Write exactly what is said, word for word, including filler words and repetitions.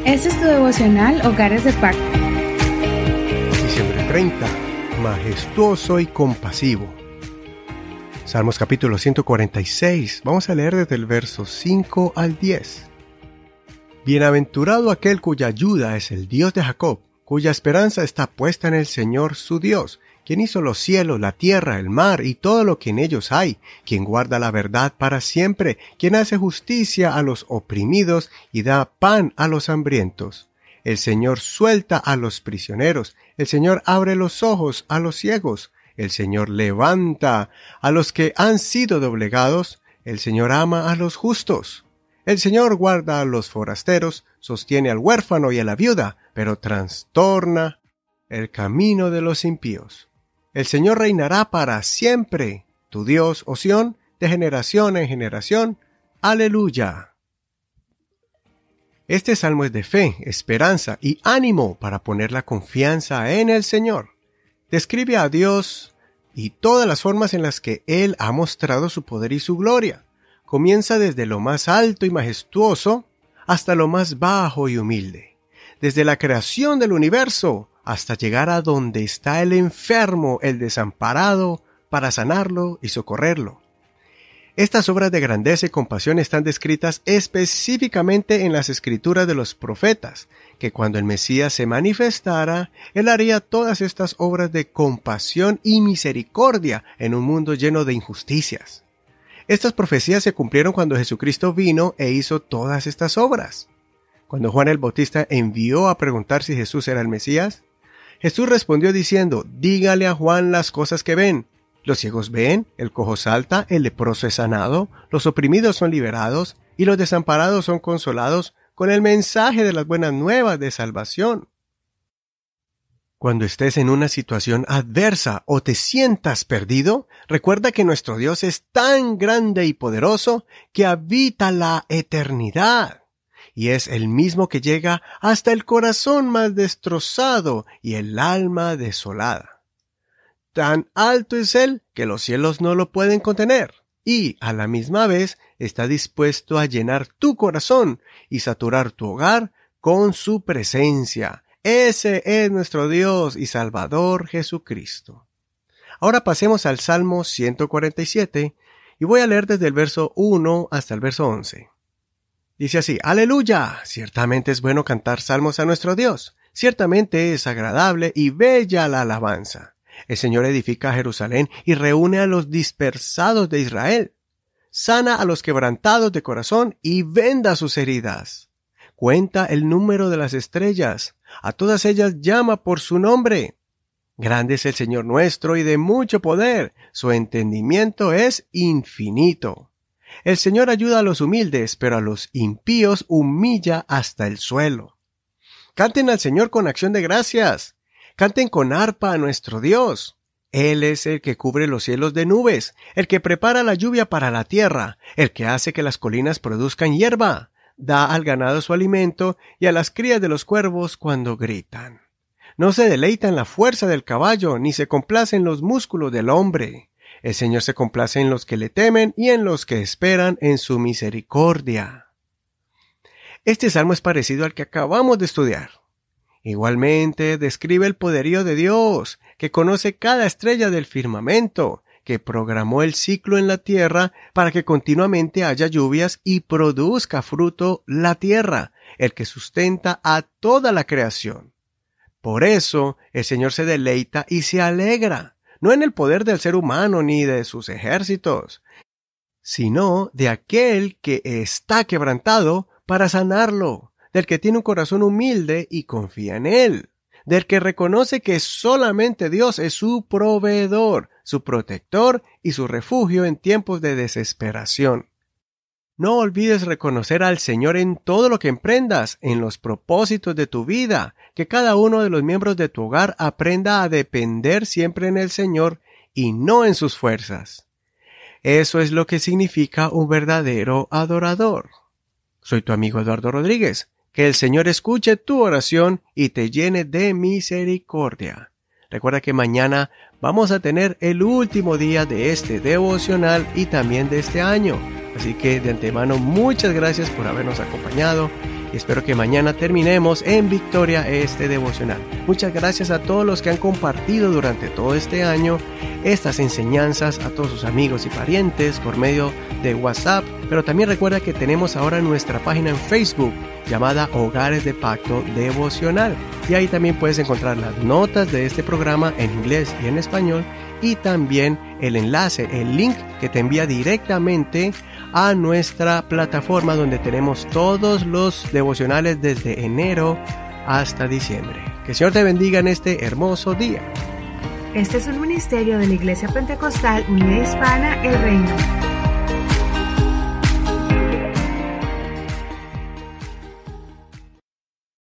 Este es tu devocional Hogares de Pacto. Diciembre treinta. Majestuoso y compasivo. Salmos capítulo ciento cuarenta y seis. Vamos a leer desde el verso cinco al diez. Bienaventurado aquel cuya ayuda es el Dios de Jacob, cuya esperanza está puesta en el Señor su Dios, quien hizo los cielos, la tierra, el mar y todo lo que en ellos hay, quien guarda la verdad para siempre, quien hace justicia a los oprimidos y da pan a los hambrientos. El Señor suelta a los prisioneros, el Señor abre los ojos a los ciegos, el Señor levanta a los que han sido doblegados, el Señor ama a los justos. El Señor guarda a los forasteros, sostiene al huérfano y a la viuda, pero trastorna el camino de los impíos. El Señor reinará para siempre, tu Dios, oh Sión, de generación en generación. ¡Aleluya! Este salmo es de fe, esperanza y ánimo para poner la confianza en el Señor. Describe a Dios y todas las formas en las que Él ha mostrado su poder y su gloria. Comienza desde lo más alto y majestuoso hasta lo más bajo y humilde. Desde la creación del universo hasta llegar a donde está el enfermo, el desamparado, para sanarlo y socorrerlo. Estas obras de grandeza y compasión están descritas específicamente en las escrituras de los profetas, que cuando el Mesías se manifestara, Él haría todas estas obras de compasión y misericordia en un mundo lleno de injusticias. Estas profecías se cumplieron cuando Jesucristo vino e hizo todas estas obras. Cuando Juan el Bautista envió a preguntar si Jesús era el Mesías, Jesús respondió diciendo, dígale a Juan las cosas que ven. Los ciegos ven, el cojo salta, el leproso es sanado, los oprimidos son liberados y los desamparados son consolados con el mensaje de las buenas nuevas de salvación. Cuando estés en una situación adversa o te sientas perdido, recuerda que nuestro Dios es tan grande y poderoso que habita la eternidad. Y es el mismo que llega hasta el corazón más destrozado y el alma desolada. Tan alto es Él que los cielos no lo pueden contener, y a la misma vez está dispuesto a llenar tu corazón y saturar tu hogar con su presencia. Ese es nuestro Dios y Salvador Jesucristo. Ahora pasemos al Salmo ciento cuarenta y siete, y voy a leer desde el verso uno hasta el verso once. Dice así, ¡Aleluya! Ciertamente es bueno cantar salmos a nuestro Dios. Ciertamente es agradable y bella la alabanza. El Señor edifica a Jerusalén y reúne a los dispersados de Israel. Sana a los quebrantados de corazón y venda sus heridas. Cuenta el número de las estrellas. A todas ellas llama por su nombre. Grande es el Señor nuestro y de mucho poder. Su entendimiento es infinito. El Señor ayuda a los humildes, pero a los impíos humilla hasta el suelo. Canten al Señor con acción de gracias. Canten con arpa a nuestro Dios. Él es el que cubre los cielos de nubes, el que prepara la lluvia para la tierra, el que hace que las colinas produzcan hierba, da al ganado su alimento y a las crías de los cuervos cuando gritan. No se deleita en la fuerza del caballo, ni se complace en los músculos del hombre. El Señor se complace en los que le temen y en los que esperan en su misericordia. Este salmo es parecido al que acabamos de estudiar. Igualmente describe el poderío de Dios, que conoce cada estrella del firmamento, que programó el ciclo en la tierra para que continuamente haya lluvias y produzca fruto la tierra, el que sustenta a toda la creación. Por eso el Señor se deleita y se alegra, no en el poder del ser humano ni de sus ejércitos, sino de aquel que está quebrantado para sanarlo, del que tiene un corazón humilde y confía en Él, del que reconoce que solamente Dios es su proveedor, su protector y su refugio en tiempos de desesperación. No olvides reconocer al Señor en todo lo que emprendas, en los propósitos de tu vida, que cada uno de los miembros de tu hogar aprenda a depender siempre en el Señor y no en sus fuerzas. Eso es lo que significa un verdadero adorador. Soy tu amigo Eduardo Rodríguez. Que el Señor escuche tu oración y te llene de misericordia. Recuerda que mañana vamos a tener el último día de este devocional y también de este año. Así que de antemano muchas gracias por habernos acompañado y espero que mañana terminemos en victoria este devocional. Muchas gracias a todos los que han compartido durante todo este año estas enseñanzas a todos sus amigos y parientes por medio de WhatsApp, pero también recuerda que tenemos ahora nuestra página en Facebook llamada Hogares de Pacto Devocional, y ahí también puedes encontrar las notas de este programa en inglés y en español, y también el enlace, el link que te envía directamente a nuestra plataforma donde tenemos todos los devocionales desde enero hasta diciembre. Que el Señor te bendiga en este hermoso día. Este es un ministerio de la Iglesia Pentecostal Unida Hispana El Reino.